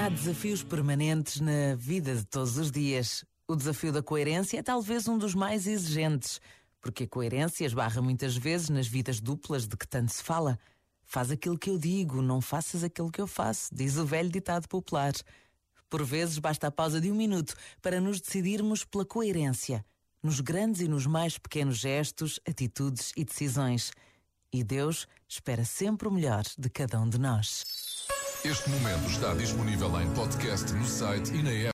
Há desafios permanentes na vida de todos os dias. O desafio da coerência é talvez um dos mais exigentes, porque a coerência esbarra muitas vezes nas vidas duplas de que tanto se fala. Faz aquilo que eu digo, não faças aquilo que eu faço, diz o velho ditado popular. Por vezes basta a pausa de um minuto para nos decidirmos pela coerência, nos grandes e nos mais pequenos gestos, atitudes e decisões. E Deus espera sempre o melhor de cada um de nós. Este momento está disponível em podcast no site e na app.